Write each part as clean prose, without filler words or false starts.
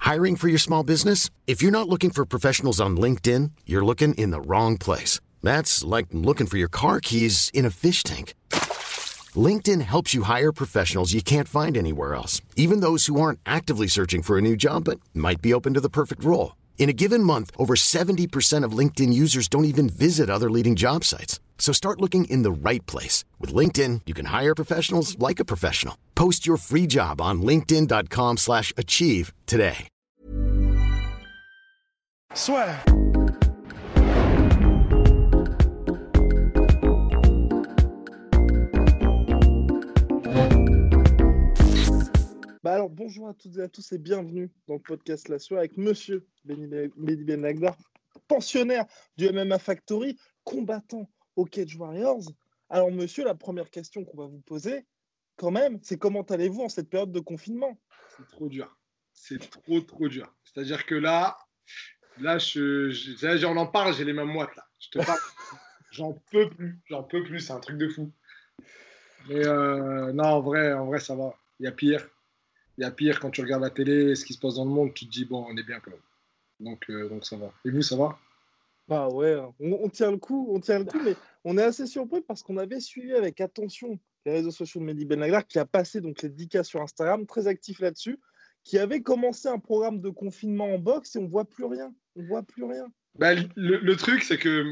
Hiring for your small business? If you're not looking for professionals on LinkedIn, you're looking in the wrong place. That's like looking for your car keys in a fish tank. LinkedIn helps you hire professionals you can't find anywhere else, even those who aren't actively searching for a new job but might be open to the perfect role. In a given month, over 70% of LinkedIn users don't even visit other leading job sites. So start looking in the right place. With LinkedIn, you can hire professionals like a professional. Post your free job on linkedin.com/achieve today. Soit. Alors, bonjour à toutes et à tous et bienvenue dans le podcast La Soirée avec monsieur Mehdi Benlagdar, pensionnaire du MMA Factory, combattant au Cage Warriors. Alors monsieur, la première question qu'on va vous poser, quand même, c'est comment allez-vous en cette période de confinement ? C'est trop dur. C'est trop dur. C'est-à-dire que là, on en parle, j'ai les mains moites là. Je te parle, j'en peux plus, c'est un truc de fou. Mais non, en vrai, ça va. Il y a pire quand tu regardes la télé, ce qui se passe dans le monde, tu te dis bon, on est bien quand même. Donc ça va. Et vous, ça va ? Bah ouais, on tient le coup, mais on est assez surpris parce qu'on avait suivi avec attention les réseaux sociaux de Mehdi Benlagdar qui a passé donc les 10K sur Instagram, très actif là-dessus, qui avait commencé un programme de confinement en boxe et on voit plus rien. Bah, le truc, c'est que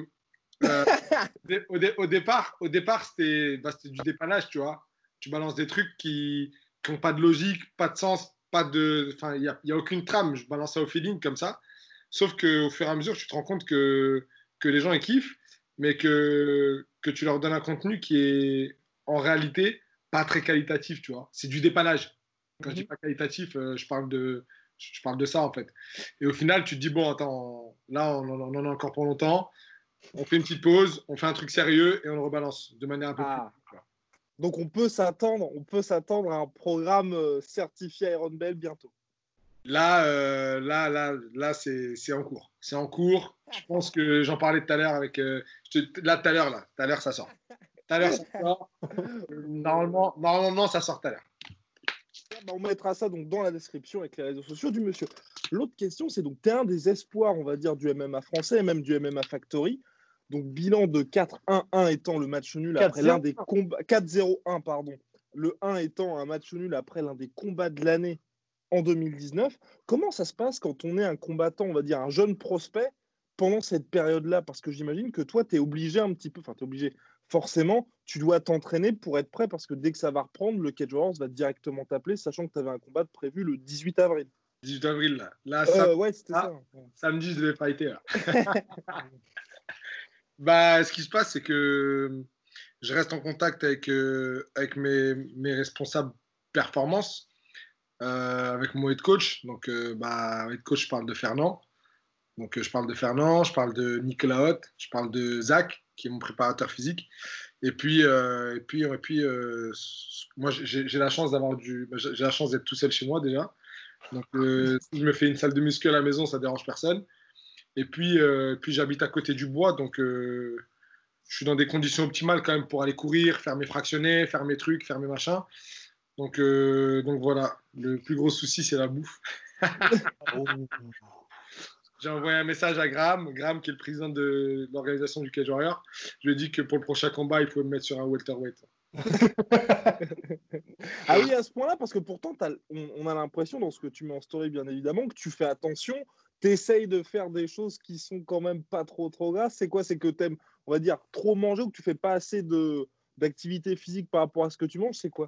au départ, c'était du dépannage, tu vois. Tu balances des trucs qui n'ont pas de logique, pas de sens, il y a aucune trame. Je balance ça au feeling comme ça. Sauf qu'au fur et à mesure, tu te rends compte que les gens ils kiffent, mais que tu leur donnes un contenu qui est en réalité pas très qualitatif, tu vois. C'est du dépannage. Quand je dis pas qualitatif, je parle de ça en fait. Et au final, tu te dis bon, attends, là on en a encore pour longtemps. On fait une petite pause, on fait un truc sérieux et on le rebalance de manière un peu plus. Tu vois. Donc on peut s'attendre à un programme certifié Iron Bell bientôt. Là, c'est en cours. C'est en cours. Je pense que j'en parlais tout à l'heure avec. Tout à l'heure, ça sort. Tout à l'heure, ça sort. Normalement, ça sort tout à l'heure. On mettra ça donc dans la description avec les réseaux sociaux du monsieur. L'autre question, c'est donc, tu es un des espoirs, on va dire, du MMA français et même du MMA Factory. Donc, bilan de 4-1-1 étant le match nul après l'un des combats. 4-0-1, pardon. Le 1 étant un match nul après l'un des combats de l'année en 2019. Comment ça se passe quand on est un combattant, on va dire, un jeune prospect pendant cette période-là ? Parce que j'imagine que toi, tu es obligé un petit peu, enfin, tu es obligé, forcément, tu dois t'entraîner pour être prêt parce que dès que ça va reprendre, le Cage Warriors va directement t'appeler, sachant que tu avais un combat prévu le 18 avril. 18 avril, là. Ouais, c'était ça. Samedi, je devais fighter, là. Bah, ce qui se passe, c'est que je reste en contact avec mes responsables performance, avec mon head coach. Donc, head coach, je parle de Fernand. Donc, je parle de Nicolas Hoth, je parle de Zach, qui est mon préparateur physique. Et puis, moi, j'ai la chance d'être tout seul chez moi déjà. Donc, si je me fais une salle de muscu à la maison, ça dérange personne. Et puis j'habite à côté du bois, donc je suis dans des conditions optimales quand même pour aller courir, faire mes fractionnés, faire mes trucs, faire mes machins. Donc voilà, le plus gros souci, c'est la bouffe. J'ai envoyé un message à Graham qui est le président de l'organisation du Cage Warrior. Je lui ai dit que pour le prochain combat, il pouvait me mettre sur un welterweight. Ah oui, à ce point-là, parce que pourtant, on a l'impression, dans ce que tu mets en story, bien évidemment, que tu fais attention, tu essayes de faire des choses qui sont quand même pas trop grasses. C'est quoi ? C'est que tu aimes, on va dire, trop manger ou que tu fais pas assez d'activité physique par rapport à ce que tu manges ? C'est quoi ?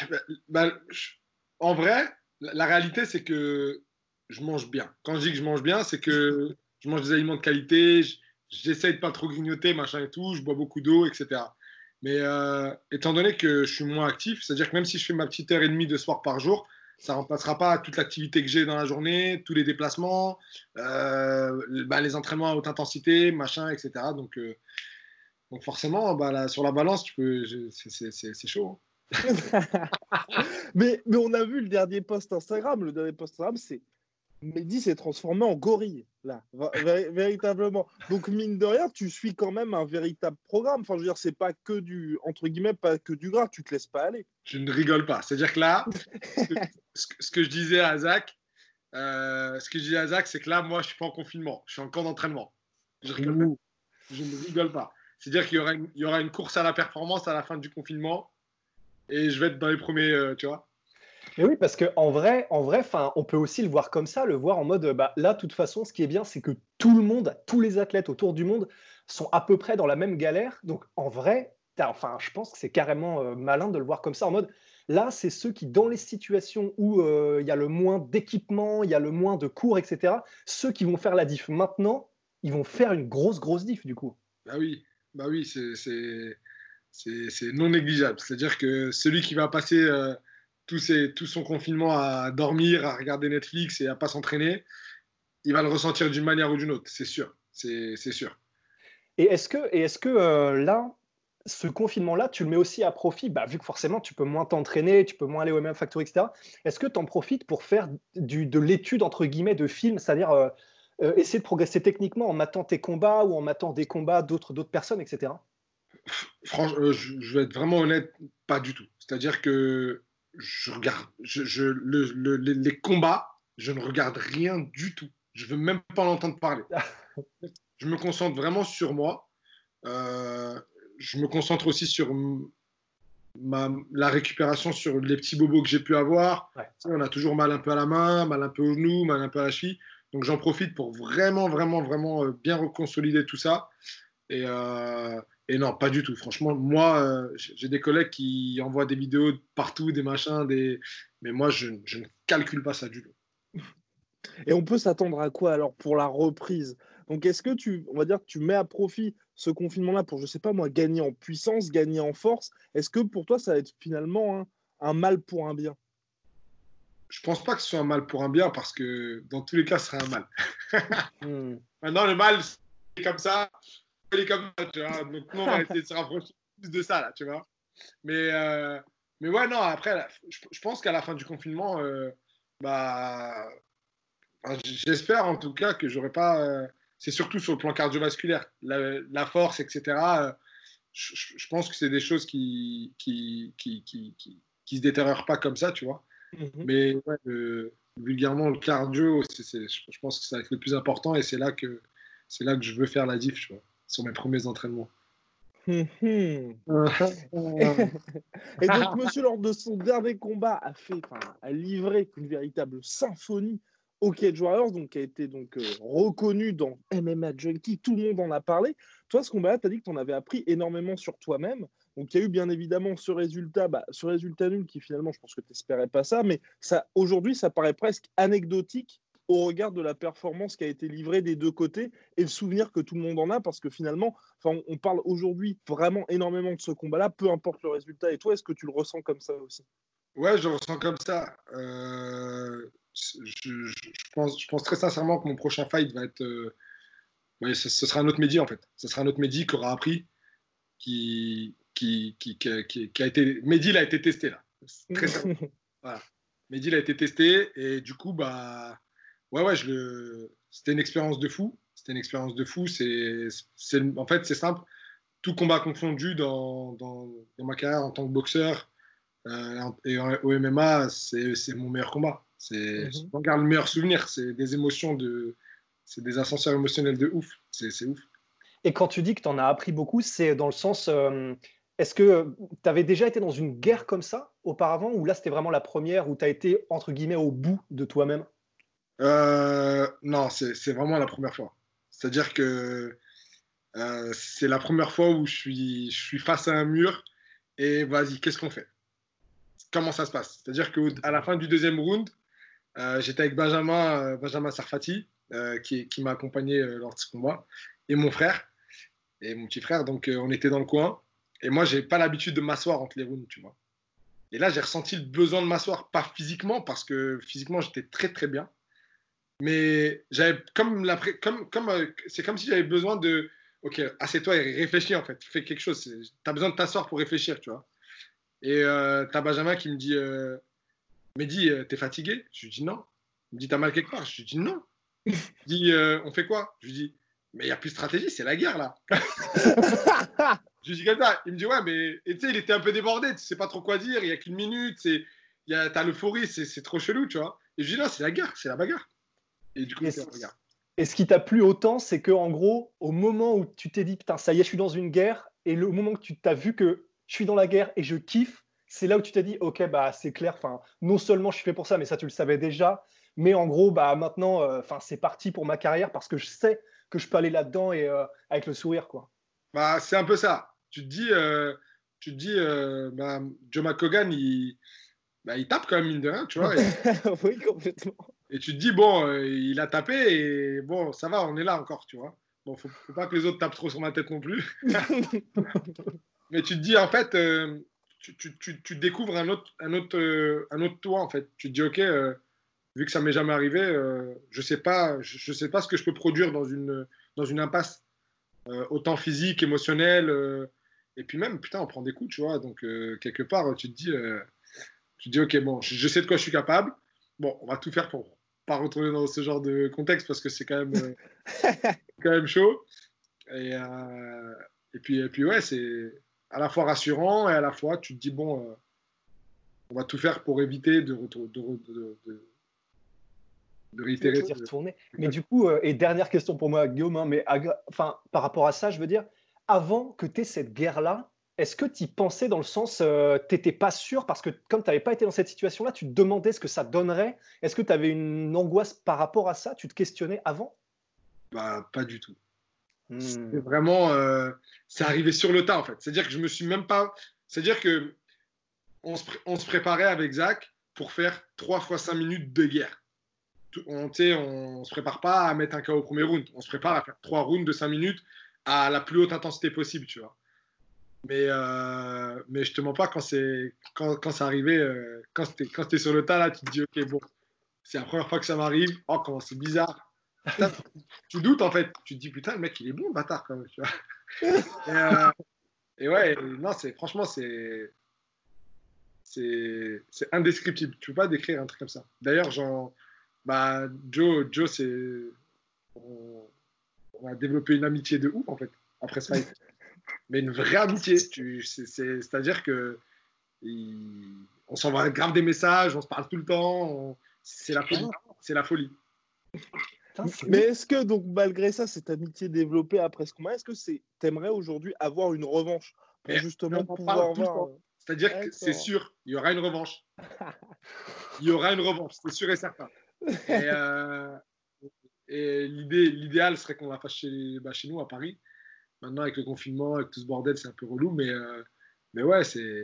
En vrai, la réalité, c'est que je mange bien. Quand je dis que je mange bien, c'est que je mange des aliments de qualité, j'essaye de pas trop grignoter, machin et tout, je bois beaucoup d'eau, etc. Mais étant donné que je suis moins actif, c'est-à-dire que même si je fais ma petite heure et demie de sport par jour, ça ne remplacera pas toute l'activité que j'ai dans la journée, tous les déplacements, les entraînements à haute intensité, machin, etc. Donc forcément, sur la balance, c'est chaud. Hein. mais on a vu le dernier post Instagram. Le dernier post Instagram, c'est Mehdi s'est transformé en gorille, là, véritablement. Donc, mine de rien, tu suis quand même un véritable programme. Enfin, je veux dire, c'est pas que entre guillemets, pas que du gras, tu te laisses pas aller. Je ne rigole pas. C'est-à-dire que là, ce que je disais à Zach, Ce que je dis à Zach, c'est que là, moi, je suis pas en confinement. Je suis en camp d'entraînement. Je ne rigole pas. C'est-à-dire qu'il y aura une course à la performance à la fin du confinement et je vais être dans les premiers, tu vois. Mais oui, parce qu'en vrai, on peut aussi le voir comme ça, le voir en mode, bah, là, de toute façon, ce qui est bien, c'est que tout le monde, tous les athlètes autour du monde sont à peu près dans la même galère. Donc, en vrai, je pense que c'est carrément malin de le voir comme ça, en mode, là, c'est ceux qui, dans les situations où il y a le moins d'équipement, il y a le moins de cours, etc., ceux qui vont faire la diff maintenant, ils vont faire une grosse diff, du coup. Bah oui, c'est non négligeable. C'est-à-dire que celui qui va passer tout son confinement à dormir, à regarder Netflix et à pas s'entraîner, il va le ressentir d'une manière ou d'une autre, c'est sûr. C'est sûr. Et est-ce que là, ce confinement-là, tu le mets aussi à profit, bah, vu que forcément tu peux moins t'entraîner, tu peux moins aller au MM Factory, etc. Est-ce que tu en profites pour faire de l'étude, entre guillemets, de film, c'est-à-dire essayer de progresser techniquement en matant tes combats ou en matant des combats d'autres personnes, etc. Franchement, je vais être vraiment honnête, pas du tout. C'est-à-dire que je regarde les combats, je ne regarde rien du tout. Je veux même pas en entendre parler. Je me concentre vraiment sur moi. Je me concentre aussi sur la récupération, sur les petits bobos que j'ai pu avoir. Ouais. On a toujours mal un peu à la main, mal un peu au genou, mal un peu à la cheville. Donc j'en profite pour vraiment bien reconsolider tout ça. Et non, pas du tout. Franchement, moi, j'ai des collègues qui envoient des vidéos partout, des machins, mais moi, je ne calcule pas ça du tout. Et on peut s'attendre à quoi alors pour la reprise? Donc, est-ce que on va dire que tu mets à profit ce confinement-là pour, je sais pas moi, gagner en puissance, gagner en force? Est-ce que pour toi, ça va être finalement un mal pour un bien? Je pense pas que ce soit un mal pour un bien parce que dans tous les cas, ce serait un mal. Maintenant, le mal, c'est comme ça. Il est comme ça, tu vois. Donc, nous, on va essayer de se rapprocher plus de ça, là, tu vois. Mais ouais, non, après, là, je pense qu'à la fin du confinement, j'espère en tout cas que j'aurai pas. C'est surtout sur le plan cardiovasculaire, la force, etc. Je pense que c'est des choses qui se détériorent pas comme ça, tu vois. Mais ouais, vulgairement, le cardio, je pense que ça va être le plus important et c'est là que je veux faire la diff, tu vois, sur mes premiers entraînements. Et donc, monsieur, lors de son dernier combat, a livré une véritable symphonie au Cage Warriors, donc qui a été reconnu dans MMA Junkie, tout le monde en a parlé. Toi, ce combat-là, tu as dit que tu en avais appris énormément sur toi-même. Donc, il y a eu bien évidemment ce résultat nul qui finalement, je pense que tu n'espérais pas ça, mais aujourd'hui, ça paraît presque anecdotique au regard de la performance qui a été livrée des deux côtés et le souvenir que tout le monde en a, parce que finalement, on parle aujourd'hui vraiment énormément de ce combat-là, peu importe le résultat. Et toi, est-ce que tu le ressens comme ça aussi? Ouais, je le ressens comme ça. Je pense très sincèrement que mon prochain fight va être... ce sera un autre Mehdi, en fait. Ce sera un autre Mehdi qui aura appris, qui a été... Mehdi, il a été testé, là. Très simple. Voilà. Mehdi, il a été testé, et du coup, ouais, c'était une expérience de fou. C'était une expérience de fou. En fait, c'est simple. Tout combat confondu dans ma carrière en tant que boxeur et au MMA, c'est mon meilleur combat. On garde le meilleur souvenir. C'est des émotions c'est des ascenseurs émotionnels de ouf. C'est ouf. Et quand tu dis que tu en as appris beaucoup, c'est dans le sens... est-ce que tu avais déjà été dans une guerre comme ça auparavant, ou là, c'était vraiment la première où tu as été, entre guillemets, au bout de toi-même? Non, c'est vraiment la première fois. C'est-à-dire que c'est la première fois où je suis face à un mur et vas-y, qu'est-ce qu'on fait? Comment ça se passe? C'est-à-dire qu'à la fin du deuxième round, j'étais avec Benjamin Sarfati, qui m'a accompagné lors de ce combat, et mon frère, et mon petit frère. Donc, on était dans le coin. Et moi, j'ai pas l'habitude de m'asseoir entre les rounds, tu vois. Et là, j'ai ressenti le besoin de m'asseoir, pas physiquement, parce que physiquement, j'étais très, très bien. Mais j'avais c'est comme si j'avais besoin de... Ok, assieds-toi et réfléchis, en fait. Fais quelque chose. Tu as besoin de t'asseoir pour réfléchir, tu vois. Et t'as Benjamin qui me dit Mehdi, t'es fatigué? Je lui dis non. Il me dit t'as mal quelque part? Je lui dis non. Il me dit on fait quoi? Je lui dis mais il n'y a plus de stratégie, c'est la guerre là. Je lui dis comme ça. Il me dit ouais, mais tu sais, il était un peu débordé, tu sais pas trop quoi dire, il n'y a qu'une minute, t'as l'euphorie, c'est trop chelou, tu vois. Et je dis non, c'est la guerre, c'est la bagarre. Et du coup, Et c'est la bagarre. Et ce qui t'a plu autant, c'est que en gros, au moment où tu t'es dit, putain, ça y est, je suis dans une guerre, et le moment que tu t'as vu que je suis dans la guerre et je kiffe, c'est là où tu t'es dit, ok, bah c'est clair. Enfin, non seulement je suis fait pour ça, mais ça tu le savais déjà. Mais en gros, bah maintenant, enfin, c'est parti pour ma carrière parce que je sais que je peux aller là-dedans et avec le sourire, quoi. Bah, c'est un peu ça. Bah, Joe McCogan, il tape quand même, mine de rien, tu vois. Oui, complètement. Et tu te dis, bon, il a tapé et bon, ça va, on est là encore, tu vois. Bon, faut pas que les autres tapent trop sur ma tête non plus. Mais tu te dis, en fait, tu découvres un autre toi, en fait. Tu te dis, OK, vu que ça m'est jamais arrivé, je sais pas ce que je peux produire dans une impasse, autant physique, émotionnelle, et puis même, putain, on prend des coups, tu vois. Donc, quelque part, tu te dis, OK, bon, je sais de quoi je suis capable. Bon, on va tout faire pour pas retourner dans ce genre de contexte parce que c'est quand même chaud. Et puis ouais, c'est à la fois rassurant et à la fois, tu te dis, bon, on va tout faire pour éviter de réitérer. D'y retourner. Mais du coup, et dernière question pour moi, Guillaume, hein, mais enfin, par rapport à ça, je veux dire, avant que tu aies cette guerre-là, est-ce que tu y pensais dans le sens, tu n'étais pas sûr, parce que comme tu n'avais pas été dans cette situation-là, tu te demandais ce que ça donnerait. Est-ce que tu avais une angoisse par rapport à ça? Tu te questionnais avant? Bah, pas du tout. C'est Hmm. vraiment, c'est arrivé sur le tas en fait. C'est-à-dire que je me suis même pas. C'est-à-dire que on se préparait avec Zach pour faire 3 fois 5 minutes de guerre. On se prépare pas à mettre un KO au premier round. On se prépare à faire 3 rounds de 5 minutes à la plus haute intensité possible, tu vois. Mais je te mens pas, quand c'est arrivé, quand t'es sur le tas, là, tu te dis, OK, bon, c'est la première fois que ça m'arrive. Oh, comment c'est bizarre. Putain, tu doutes, en fait. Tu te dis, putain, le mec, il est bon, le bâtard, quand même, tu vois. Et ouais, non, franchement, c'est indescriptible. Tu peux pas décrire un truc comme ça. D'ailleurs, Joe, on a développé une amitié de ouf, en fait, après ce fight. Mais une vraie amitié. C'est-à-dire que on s'envoie grave des messages, on se parle tout le temps. C'est la folie. C'est la folie. Putain, Mais est-ce que, donc, malgré ça, cette amitié développée après ce combat, est-ce que t'aimerais aujourd'hui avoir une revanche pour Mais justement on en pouvoir parle tout le avoir. temps. C'est-à-dire que c'est D'accord. sûr, il y aura une revanche. Il y aura une revanche, c'est sûr et certain. Et l'idéal serait qu'on la fasse chez nous à Paris. Maintenant, avec le confinement, avec tout ce bordel, c'est un peu relou, mais ouais,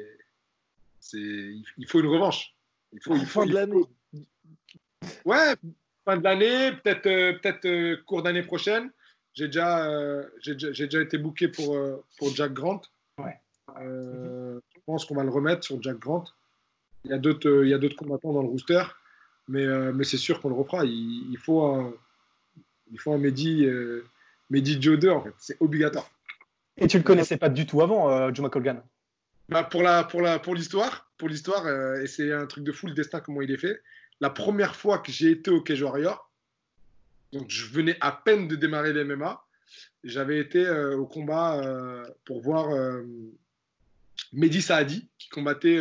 il faut une revanche. Fin de l'année. Ouais, fin de l'année, peut-être cours d'année prochaine. J'ai déjà été booké pour Jack Grant. Ouais. Je pense qu'on va le remettre sur Jack Grant. Il y a d'autres combattants dans le rooster, mais c'est sûr qu'on le refera. Il faut un Mehdi Joe 2, en fait. C'est obligatoire. Et tu le connaissais pas du tout avant, Joe McColgan? Bah, pour l'histoire, et c'est un truc de fou le destin, comment il est fait. La première fois que j'ai été au Cage Warrior, donc je venais à peine de démarrer les MMA, j'avais été au combat pour voir Mehdi Saadi qui combattait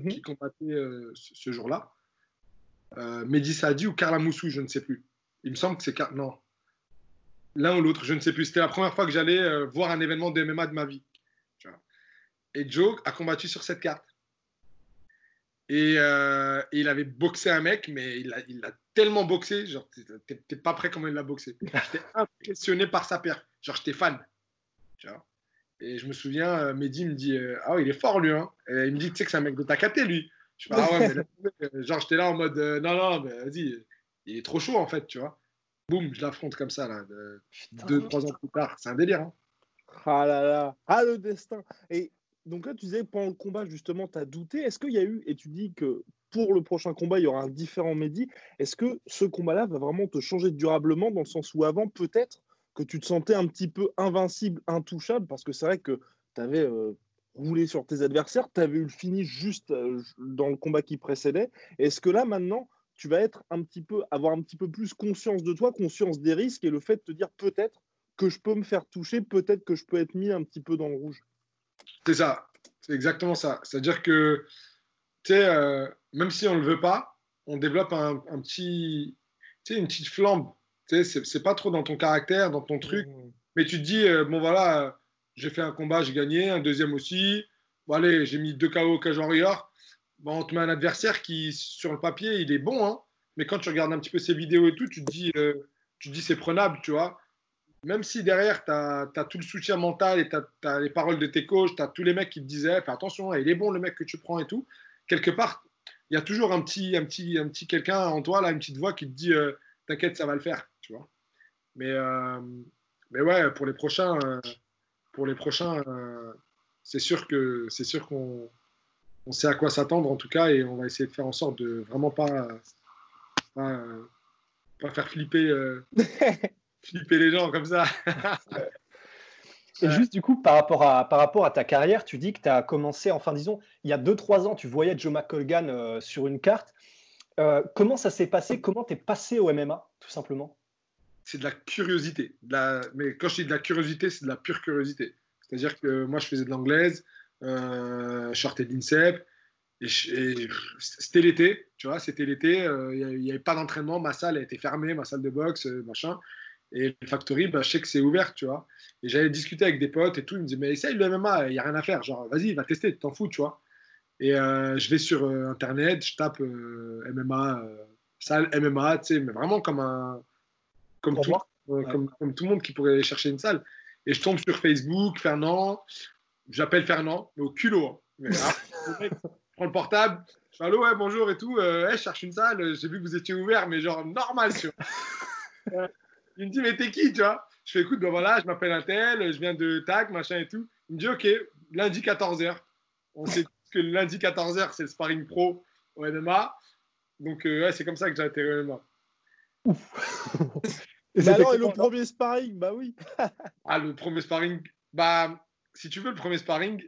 ce jour-là. Mehdi Saadi ou Karla Moussou, je ne sais plus. Il me semble que c'est non, l'un ou l'autre, je ne sais plus. C'était la première fois que j'allais voir un événement de MMA de ma vie. Et Joe a combattu sur cette carte. Et il avait boxé un mec, mais il a tellement boxé, genre, t'es pas prêt comment il l'a boxé. J'étais impressionné par sa perf. Genre, j'étais fan. Tu vois. Et je me souviens, Mehdi me dit ah ouais, il est fort lui. Hein. Et il me dit, tu sais que c'est un mec de ta caté lui. Je fais ah ouais, mais genre, j'étais là en mode non, mais vas-y, il est trop chaud en fait, tu vois. Boum, je l'affronte comme ça, là, 2-3 ans plus tard. C'est un délire. Hein. Ah là là. Ah, le destin. Et donc là, tu disais, pendant le combat, justement, tu as douté. Est-ce qu'il y a eu, et tu dis que pour le prochain combat, il y aura un différent Mehdi, est-ce que ce combat-là va vraiment te changer durablement, dans le sens où avant, peut-être que tu te sentais un petit peu invincible, intouchable, parce que c'est vrai que tu avais roulé sur tes adversaires, tu avais eu le finish juste dans le combat qui précédait. Est-ce que là, maintenant, tu vas avoir un petit peu plus conscience de toi, conscience des risques, et le fait de te dire peut-être que je peux me faire toucher, peut-être que je peux être mis un petit peu dans le rouge. C'est ça, c'est exactement ça. C'est-à-dire que, tu sais, même si on ne le veut pas, on développe un petit, tu sais, une petite flamme. Tu sais, c'est pas trop dans ton caractère, dans ton truc, mais tu te dis, bon voilà, j'ai fait un combat, j'ai gagné, un deuxième aussi. Bon allez, j'ai mis 2 KO au Cage Warrior. Bon, on te met un adversaire qui, sur le papier, il est bon, hein, mais quand tu regardes un petit peu ses vidéos et tout, tu te dis c'est prenable, tu vois. Même si derrière, tu as tout le soutien mental et tu as les paroles de tes coachs, tu as tous les mecs qui te disaient fais attention, il est bon le mec que tu prends et tout. Quelque part, il y a toujours un petit quelqu'un en toi, là, une petite voix qui te dit t'inquiète, ça va le faire, tu vois. Mais, euh, mais ouais, pour les prochains c'est sûr qu'on sait à quoi s'attendre en tout cas et on va essayer de faire en sorte de vraiment pas, pas faire flipper. Flipper les gens comme ça. Et juste du coup, par rapport à ta carrière, tu dis que tu as commencé, enfin disons, il y a 2-3 ans, tu voyais Joe McColgan sur une carte. Comment ça s'est passé? Comment tu es passé au MMA, tout simplement? C'est de la curiosité. Mais quand je dis de la curiosité, c'est de la pure curiosité. C'est-à-dire que moi, je faisais de l'anglaise, je sortais de l'INSEP, et c'était l'été, tu vois, c'était l'été, il n'y avait pas d'entraînement, ma salle a été fermée, ma salle de boxe, machin. Et le Factory, bah, je sais que c'est ouvert, tu vois. Et j'allais discuter avec des potes et tout. Ils me disaient, mais essaye le MMA, il n'y a rien à faire. Genre, vas-y, va tester, tu t'en fous, tu vois. Et je vais sur Internet, je tape MMA, salle MMA, tu sais, mais vraiment comme tout, comme tout le monde qui pourrait chercher une salle. Et je tombe sur Facebook, Fernand, j'appelle Fernand, mais au culot. Hein. Mais, le mec prend le portable, je fais allô, ouais, bonjour et tout. Je cherche une salle, j'ai vu que vous étiez ouvert, mais genre normal, tu vois. Il me dit, mais t'es qui, tu vois? Je fais, écoute, ben voilà, je m'appelle un tel, je viens de TAC, machin et tout. Il me dit, ok, lundi 14h. On sait que lundi 14h, c'est le sparring pro au MMA. Donc, ouais, c'est comme ça que j'ai atterri au MMA. Ouf. Et alors, et le premier sparring? Bah oui. Le premier sparring, bah, si tu veux, le premier sparring,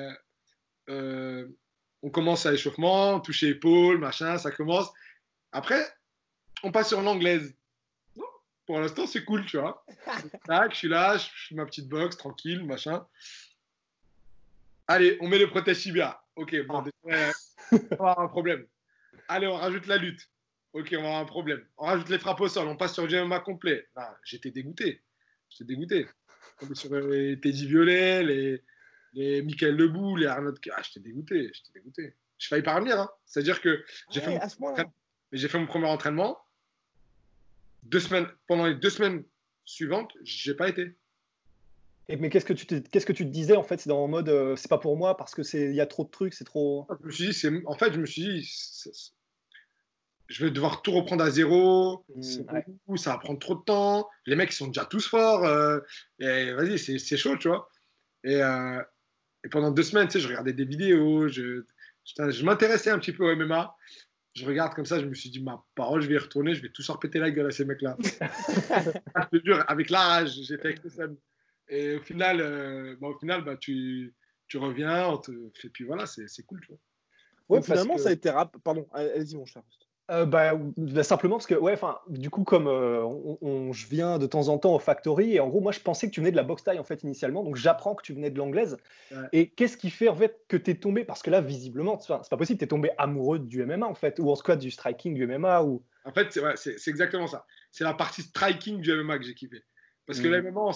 on commence à l'échauffement, toucher épaule, machin, ça commence. Après, on passe sur l'anglaise. Pour l'instant, c'est cool, tu vois. Tac, je suis là, je fais ma petite boxe, tranquille, machin. Allez, on met le protège tibia. Ok, bon, on va avoir un problème. Allez, on rajoute la lutte. Ok, on va avoir un problème. On rajoute les frappes au sol, on passe sur du MMA complet. J'étais dégoûté. Sur les Teddy Violet, les Michael Lebou, les Arnaud. J'étais dégoûté. Je failli pas revenir. Hein. C'est-à-dire que j'ai fait mon premier entraînement. Pendant les 2 semaines suivantes, j'ai pas été. Mais qu'est-ce que tu te disais en fait? C'est dans le mode c'est pas pour moi parce que il y a trop de trucs, c'est trop. Je me suis dit, je vais devoir tout reprendre à zéro. Beaucoup, ça va prendre trop de temps. Les mecs ils sont déjà tous forts. Et vas-y, c'est chaud, tu vois. Et pendant 2 semaines, tu sais, je regardais des vidéos, je m'intéressais un petit peu au MMA. Je regarde comme ça, je me suis dit, ma parole, je vais y retourner, je vais tous leur péter la gueule à ces mecs-là. Je te jure, avec la rage, j'étais avec ça. Et au final, tu reviens, et puis voilà, c'est cool, tu vois. Ouais, finalement, ça a été Pardon, allez-y, mon cher. Simplement parce que, du coup, comme je viens de temps en temps au Factory, et en gros, moi, je pensais que tu venais de la boxe thaï, en fait, initialement, donc j'apprends que tu venais de l'anglaise. Ouais. Et qu'est-ce qui fait, en fait, que tu es tombé, parce que là, visiblement, c'est pas possible, tu es tombé amoureux du MMA, en fait, ou en tout cas du striking du MMA, ou... En fait, c'est exactement ça. C'est la partie striking du MMA que j'ai kiffé. Parce que le MMA,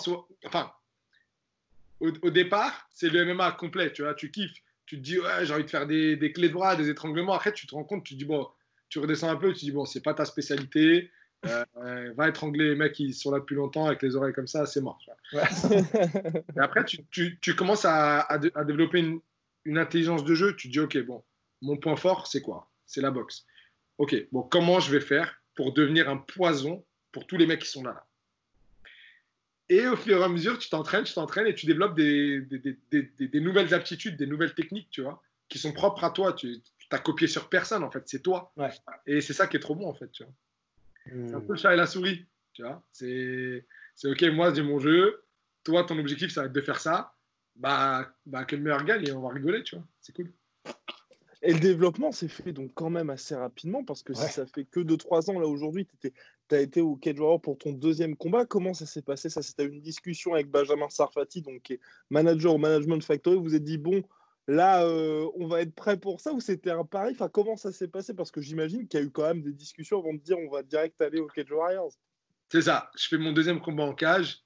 au départ, c'est le MMA complet, tu vois, tu kiffes, tu te dis, ouais, j'ai envie de faire des clés de bras, des étranglements, après, tu te rends compte, tu te dis, bon, tu redescends un peu, tu te dis, bon, c'est pas ta spécialité, va étrangler les mecs qui sont là depuis longtemps avec les oreilles comme ça, c'est mort. Ouais. Et après, tu commences à développer une intelligence de jeu, tu te dis, ok, bon, mon point fort, c'est quoi? C'est la boxe. Ok, bon, comment je vais faire pour devenir un poison pour tous les mecs qui sont là? Et au fur et à mesure, tu t'entraînes et tu développes des nouvelles aptitudes, des nouvelles techniques, tu vois, qui sont propres à toi. Tu t'as copié sur personne, en fait, c'est toi. Ouais. Et c'est ça qui est trop bon, en fait, tu vois. C'est un peu le chat et la souris, tu vois. C'est ok, moi, j'ai mon jeu. Toi, ton objectif, ça va être de faire ça. Bah que le meilleur gagne et on va rigoler, tu vois. C'est cool. Et le développement s'est fait donc quand même assez rapidement parce que si ça fait que 2-3 ans, là, aujourd'hui, tu as été au Cage Warrior pour ton deuxième combat. Comment ça s'est passé? Ça, c'était une discussion avec Benjamin Sarfati, donc, qui est manager au Management Factory. Vous vous êtes dit, bon, Là, on va être prêt pour ça ou c'était un pari? Enfin, comment ça s'est passé? Parce que j'imagine qu'il y a eu quand même des discussions avant de dire on va direct aller au Cage Warriors. C'est ça. Je fais mon deuxième combat en cage.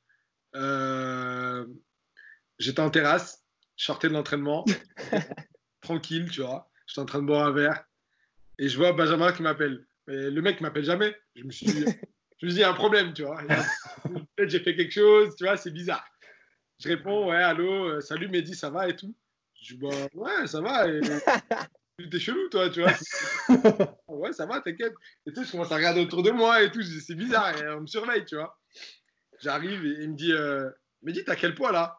J'étais en terrasse. Je sortais de l'entraînement. Tranquille, tu vois. J'étais en train de boire un verre. Et je vois Benjamin qui m'appelle. Mais le mec ne m'appelle jamais. Je me suis dit, il y a un problème, tu vois. Peut-être j'ai fait quelque chose, tu vois, c'est bizarre. Je réponds, ouais, allô, salut Mehdi, ça va et tout. Je dis, bah ouais, ça va. Et t'es chelou, toi, tu vois. Ouais, ça va, t'inquiète. Et tout, je commence à regarder autour de moi et tout. Je dis, c'est bizarre, et on me surveille, tu vois. J'arrive et il me dit, Mehdi, t'as quel poids là?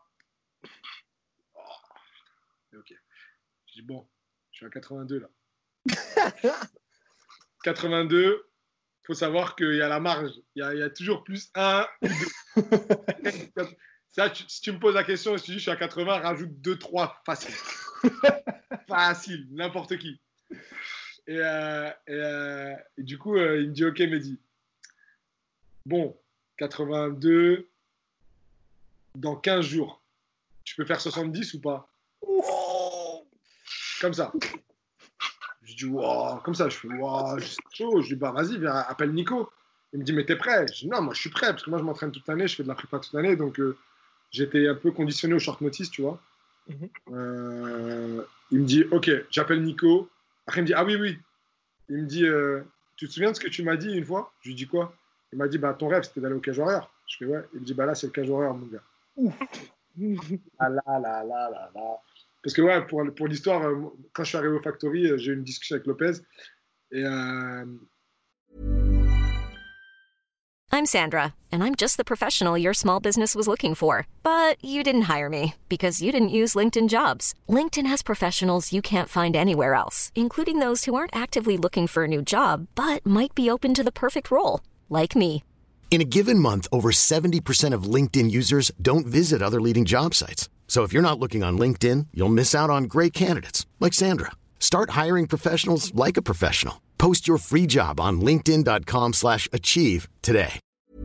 Oh, ok. Je dis, bon, je suis à 82 là. 82, il faut savoir qu'il y a la marge. Il y a toujours plus 1 ou 2. Ça, si tu me poses la question et si tu dis je suis à 80, rajoute 2-3 facile. Facile, n'importe qui. Et du coup, il me dit ok, Mehdi. Bon, 82, dans 15 jours, tu peux faire 70 ou pas? Comme ça. Je dis wow, comme ça, je fais wow, c'est chaud. Je dis bah vas-y, viens, appelle Nico. Il me dit mais t'es prêt? Je dis non, moi je suis prêt parce que moi je m'entraîne toute l'année, je fais de la prépa toute l'année, donc j'étais un peu conditionné au short notice, tu vois. Il me dit ok, j'appelle Nico. Après il me dit ah oui. Il me dit tu te souviens de ce que tu m'as dit une fois? Je lui dis quoi? Il m'a dit bah ton rêve c'était d'aller au Cage Warrior. Je fais ouais. Il me dit bah là c'est le Cage Warrior mon gars. Ah là. Parce que ouais, pour l'histoire, quand je suis arrivé au Factory, j'ai eu une discussion avec Lopez. Et I'm Sandra, and I'm just the professional your small business was looking for. But you didn't hire me because you didn't use LinkedIn Jobs. LinkedIn has professionals you can't find anywhere else, including those who aren't actively looking for a new job, but might be open to the perfect role, like me. In a given month, over 70% of LinkedIn users don't visit other leading job sites. So if you're not looking on LinkedIn, you'll miss out on great candidates like Sandra. Start hiring professionals like a professional. Post your free job on linkedin.com/achieve today.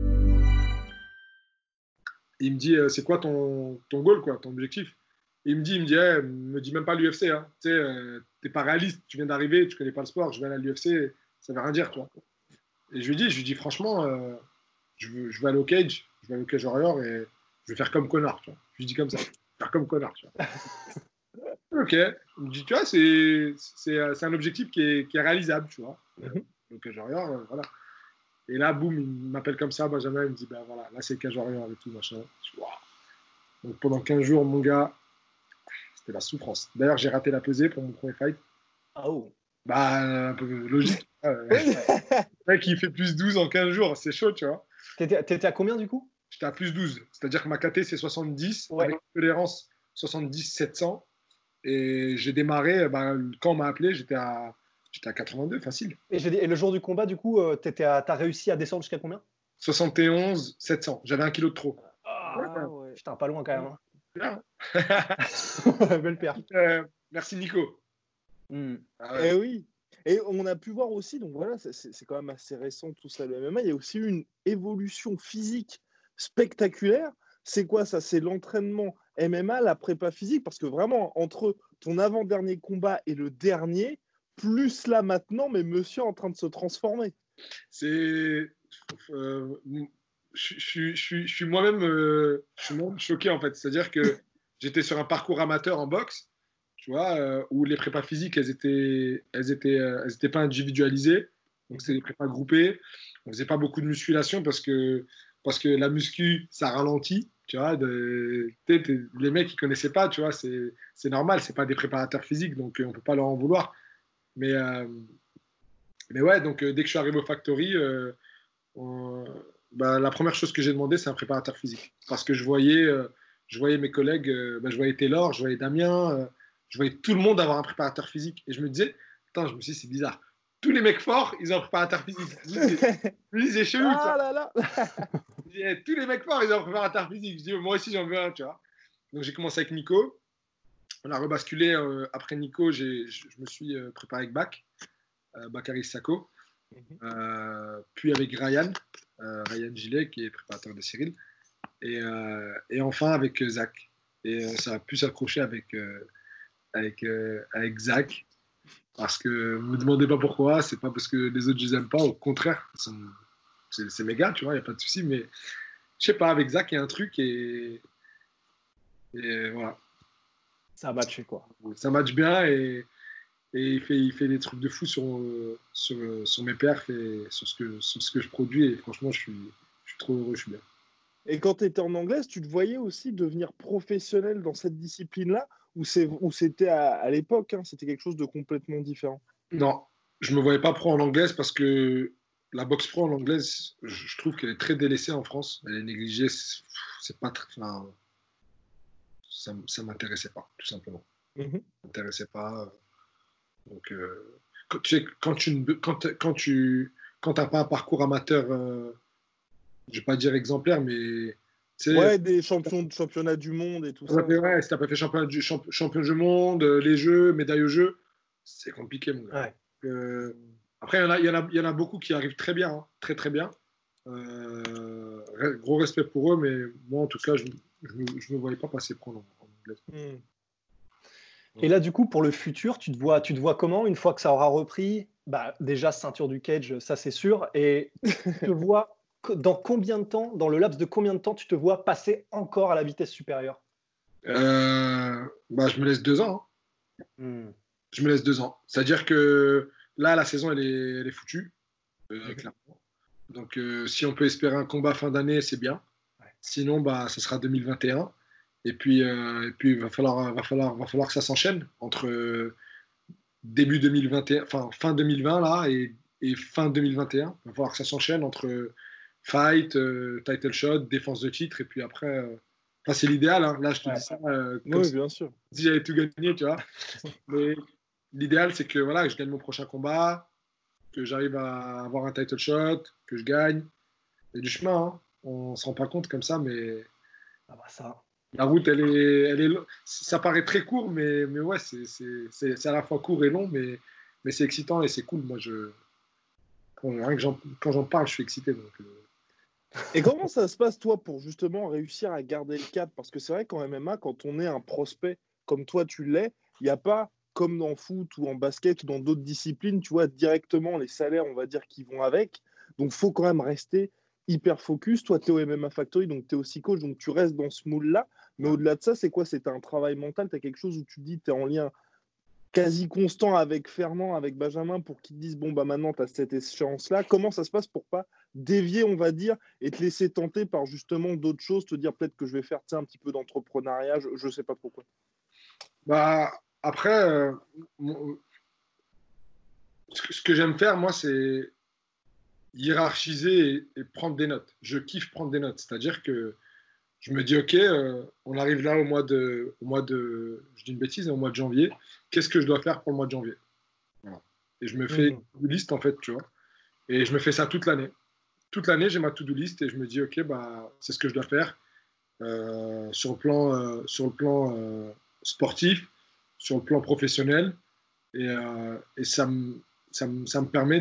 il me dit c'est quoi ton goal, quoi, ton objectif? Et il me dit me dis même pas l'UFC, hein. Tu sais, t'es pas réaliste, tu viens d'arriver, tu connais pas le sport, je vais aller à l'UFC, ça veut rien dire, tu vois. Et je lui dis franchement, je vais aller au Cage, je vais aller au Cage Warrior et je vais faire comme Connor, tu vois. Je lui dis comme ça, faire comme Connor, tu vois. Ok, il me dit tu vois, c'est un objectif qui est réalisable, tu vois. Le Cage Warrior, voilà. Et là, boum, il m'appelle comme ça, Benjamin, il me dit ben voilà, là c'est le Cage Warrior et tout, machin. Je dis, wow. Donc pendant 15 jours, mon gars, c'était la souffrance. D'ailleurs, j'ai raté la pesée pour mon premier fight. Oh. Bah, un peu logique. Le mec, il fait plus 12 en 15 jours, c'est chaud, tu vois. T'étais à combien du coup? J'étais à plus 12. C'est-à-dire que ma KT, c'est 70, ouais. Avec tolérance 70-700. Et j'ai démarré, quand on m'a appelé, j'étais à 82, facile. Et le jour du combat, du coup, t'as réussi à descendre jusqu'à combien? 71-700. J'avais 1 kilo de trop. Ah ouais. Putain, pas loin quand même. Bien. Belle perte. Merci Nico. Ah ouais. Et oui. Et on a pu voir aussi, donc voilà, c'est quand même assez récent tout ça, le MMA. Il y a aussi eu une évolution physique spectaculaire. C'est quoi ça? C'est l'entraînement MMA, la prépa physique, parce que vraiment, entre ton avant-dernier combat et le dernier, plus là maintenant, mais monsieur est en train de se transformer. Je suis moi-même choqué en fait. C'est-à-dire que j'étais sur un parcours amateur en boxe, tu vois, où les prépas physiques, elles étaient pas individualisées, donc c'était des prépas groupés. On faisait pas beaucoup de musculation parce que la muscu, ça ralentit, tu vois. Les mecs, ils connaissaient pas, tu vois, c'est normal, c'est pas des préparateurs physiques, donc on peut pas leur en vouloir. Mais ouais, donc dès que je suis arrivé au Factory, la première chose que j'ai demandé, c'est un préparateur physique. Parce que je voyais mes collègues, je voyais Taylor, je voyais Damien, je voyais tout le monde avoir un préparateur physique. Et je me disais, je me suis dit, c'est bizarre. Tous les mecs forts, ils ont un préparateur physique. Je me disais, c'est chelou. Tous les mecs forts, ils ont un préparateur physique. Je dis, moi aussi, j'en veux un, tu vois. Donc j'ai commencé avec Nico. On a rebasculé après Nico, je me suis préparé avec Bakary Sako, puis avec Ryan Gillet qui est préparateur de Cyril, et enfin avec Zach. Et ça a pu s'accrocher avec avec Zach. Parce que ne me demandez pas pourquoi, c'est pas parce que les autres je les aime pas, au contraire, c'est mes gars, tu vois, il n'y a pas de souci, mais je sais pas, avec Zach, il y a un truc et voilà. Ça a matché, quoi. Ça match bien et il fait des trucs de fou sur mes perfs et sur ce que je produis. Et franchement, je suis trop heureux, je suis bien. Et quand tu étais en anglaise, tu te voyais aussi devenir professionnel dans cette discipline-là ou c'était à l'époque, hein, c'était quelque chose de complètement différent? Non, je me voyais pas pro en anglaise parce que la boxe pro en anglaise, je trouve qu'elle est très délaissée en France. Elle est négligée. C'est pas très, enfin, ça m'intéressait pas, tout simplement. Ça m'intéressait pas. Donc, quand t'as pas un parcours amateur, je vais pas dire exemplaire, mais ouais, des championnats du monde et tout ça. Ouais, si t'as pas fait champion du monde, les jeux, médaille aux jeux, c'est compliqué, mon gars. Ouais. Après, il y en a beaucoup qui arrivent très bien, hein, très très bien. Gros respect pour eux, mais moi, en tout cas, je me voyais pas passer pro en anglais. Et là, du coup, pour le futur, tu te vois comment une fois que ça aura repris? Bah, déjà, ceinture du cage, ça c'est sûr. Et tu te vois dans combien de temps, dans le laps de combien de temps, tu te vois passer encore à la vitesse supérieure? Je me laisse 2 ans. Hein. Je me laisse 2 ans. C'est-à-dire que là, la saison, elle est foutue. Clairement. Donc, si on peut espérer un combat fin d'année, c'est bien. Ouais. Sinon, bah, ce sera 2021. Et puis, il va falloir que ça s'enchaîne entre début 2021, enfin fin 2020 là et fin 2021. Il va falloir que ça s'enchaîne entre fight, title shot, défense de titre et puis après. C'est l'idéal. Hein. Là, je te dis ça oui, bien sûr. Si j'avais tout gagné, tu vois. Mais l'idéal, c'est que voilà, je gagne mon prochain combat, que j'arrive à avoir un title shot, que je gagne. Il y a du chemin. Hein. On se rend pas compte comme ça, mais. Ah bah ça. La route, ça paraît très court, mais ouais, c'est à la fois court et long, mais c'est excitant et c'est cool. Moi, quand j'en parle, je suis excité. Donc, Et comment ça se passe, toi, pour justement réussir à garder le cap? Parce que c'est vrai qu'en MMA, quand on est un prospect comme toi, tu l'es, il n'y a pas, comme dans le foot ou en basket ou dans d'autres disciplines, tu vois, directement les salaires, on va dire, qui vont avec. Donc, il faut quand même rester hyper focus. Toi, tu es au MMA Factory, donc tu es aussi coach, donc tu restes dans ce moule-là. Mais au-delà de ça, c'est quoi? C'est un travail mental? Tu as quelque chose où tu te dis, tu es en lien quasi constant avec Fernand, avec Benjamin, pour qu'ils te disent, bon, bah maintenant, tu as cette échéance-là. Comment ça se passe pour pas dévier, on va dire, et te laisser tenter par justement d'autres choses, te dire peut-être que je vais faire un petit peu d'entrepreneuriat, je sais pas trop quoi. Bah, après, ce que j'aime faire, moi, c'est hiérarchiser et prendre des notes. Je kiffe prendre des notes. C'est-à-dire que je me dis, OK, on arrive là au mois de, je dis une bêtise, au mois de janvier. Qu'est-ce que je dois faire pour le mois de janvier? Voilà. Et je me fais une liste, en fait, tu vois. Et je me fais ça toute l'année. Toute l'année, j'ai ma to-do list et je me dis, OK, bah, c'est ce que je dois faire sur le plan sportif, sur le plan professionnel. Et ça me permet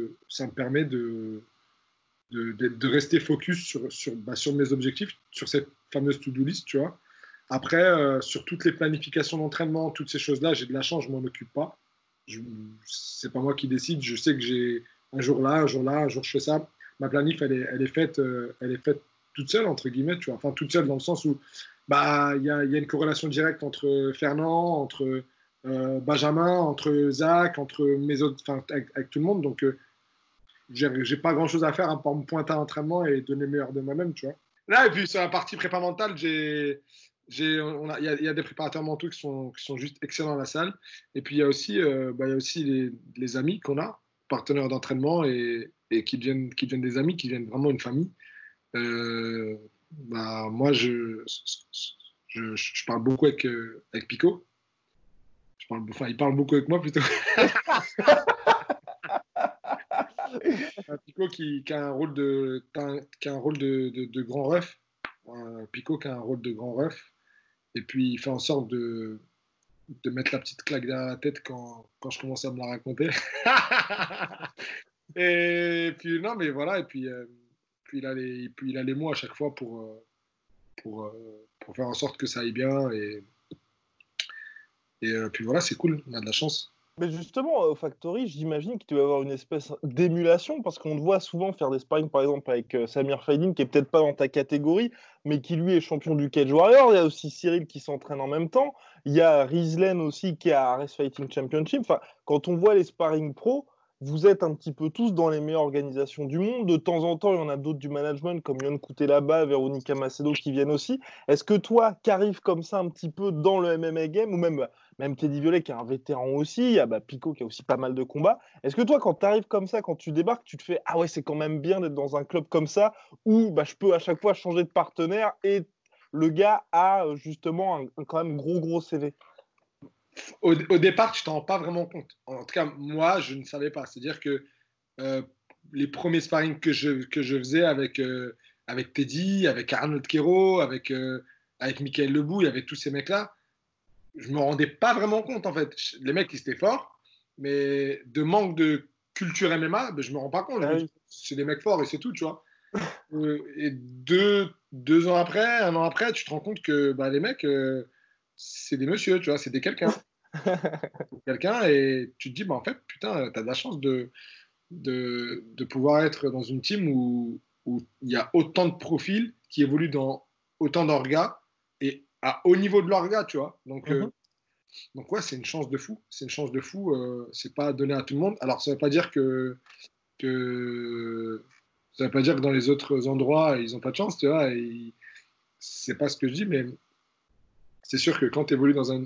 de rester focus sur mes objectifs, sur cette fameuse to-do list, tu vois. Après, sur toutes les planifications d'entraînement, toutes ces choses-là, j'ai de la chance, je ne m'en occupe pas. C'est pas moi qui décide. Je sais que j'ai un jour là, un jour je fais ça. Ma planif, elle est faite toute seule, entre guillemets, tu vois. Enfin, toute seule dans le sens où il y a une corrélation directe entre Fernand, entre Benjamin, entre Zach, entre mes autres, enfin, avec tout le monde. Donc, j'ai pas grand chose à faire à part me pointer à l'entraînement et donner le meilleur de moi-même, tu vois. Là, et puis sur la partie prépa mentale, il y a des préparateurs mentaux qui sont juste excellents à la salle. Et puis il y a aussi les amis qu'on a, partenaires d'entraînement et qui deviennent des amis, qui deviennent vraiment une famille. Moi, je parle beaucoup avec Pico. Il parle beaucoup avec moi plutôt. Pico qui a un rôle de grand ref. Pico qui a un rôle de grand ref. Et puis il fait en sorte de mettre la petite claque derrière la tête quand je commence à me la raconter. Et puis non, mais voilà. Et puis il a les mots à chaque fois pour faire en sorte que ça aille bien. Et puis voilà, c'est cool, on a de la chance. Mais justement, au Factory, j'imagine qu'il doit y avoir une espèce d'émulation parce qu'on te voit souvent faire des sparring, par exemple, avec Samir Faidin, qui est peut-être pas dans ta catégorie, mais qui lui est champion du Cage Warrior. Il y a aussi Cyril qui s'entraîne en même temps. Il y a Rizlen aussi qui est à Ares Fighting Championship. Enfin, quand on voit les sparring pro, vous êtes un petit peu tous dans les meilleures organisations du monde. De temps en temps, il y en a d'autres du management, comme Yon Coutelaba, Véronica Macedo, qui viennent aussi. Est-ce que toi, qui arrives comme ça un petit peu dans le MMA game, ou même Teddy Violet qui est un vétéran aussi, il y a Pico qui a aussi pas mal de combats. Est-ce que toi, quand tu arrives comme ça, quand tu débarques, tu te fais « Ah ouais, c'est quand même bien d'être dans un club comme ça, où je peux à chaque fois changer de partenaire et le gars a justement quand même gros CV ». Au départ, tu t'en rends pas vraiment compte. En tout cas, moi, je ne savais pas. C'est-à-dire que les premiers sparring que je faisais avec Teddy, avec Arnold Quero, avec Michael Lebouy, avec tous ces mecs-là, je me rendais pas vraiment compte, en fait. Les mecs, ils étaient forts, mais de manque de culture MMA, je me rends pas compte. Ah oui. C'est des mecs forts et c'est tout, tu vois. Et deux ans après, un an après, tu te rends compte que les mecs, c'est des messieurs, tu vois, c'est des quelqu'un. Et tu te dis, en fait, putain, t'as de la chance de pouvoir être dans une team où il y a autant de profils qui évoluent dans autant d'orgas et à haut niveau de l'orga, tu vois. Donc ouais, c'est une chance de fou. C'est une chance de fou. C'est pas donné à tout le monde. Alors, ça veut pas dire que ça veut pas dire que dans les autres endroits, ils ont pas de chance, tu vois. C'est pas ce que je dis, mais c'est sûr que quand tu évolues dans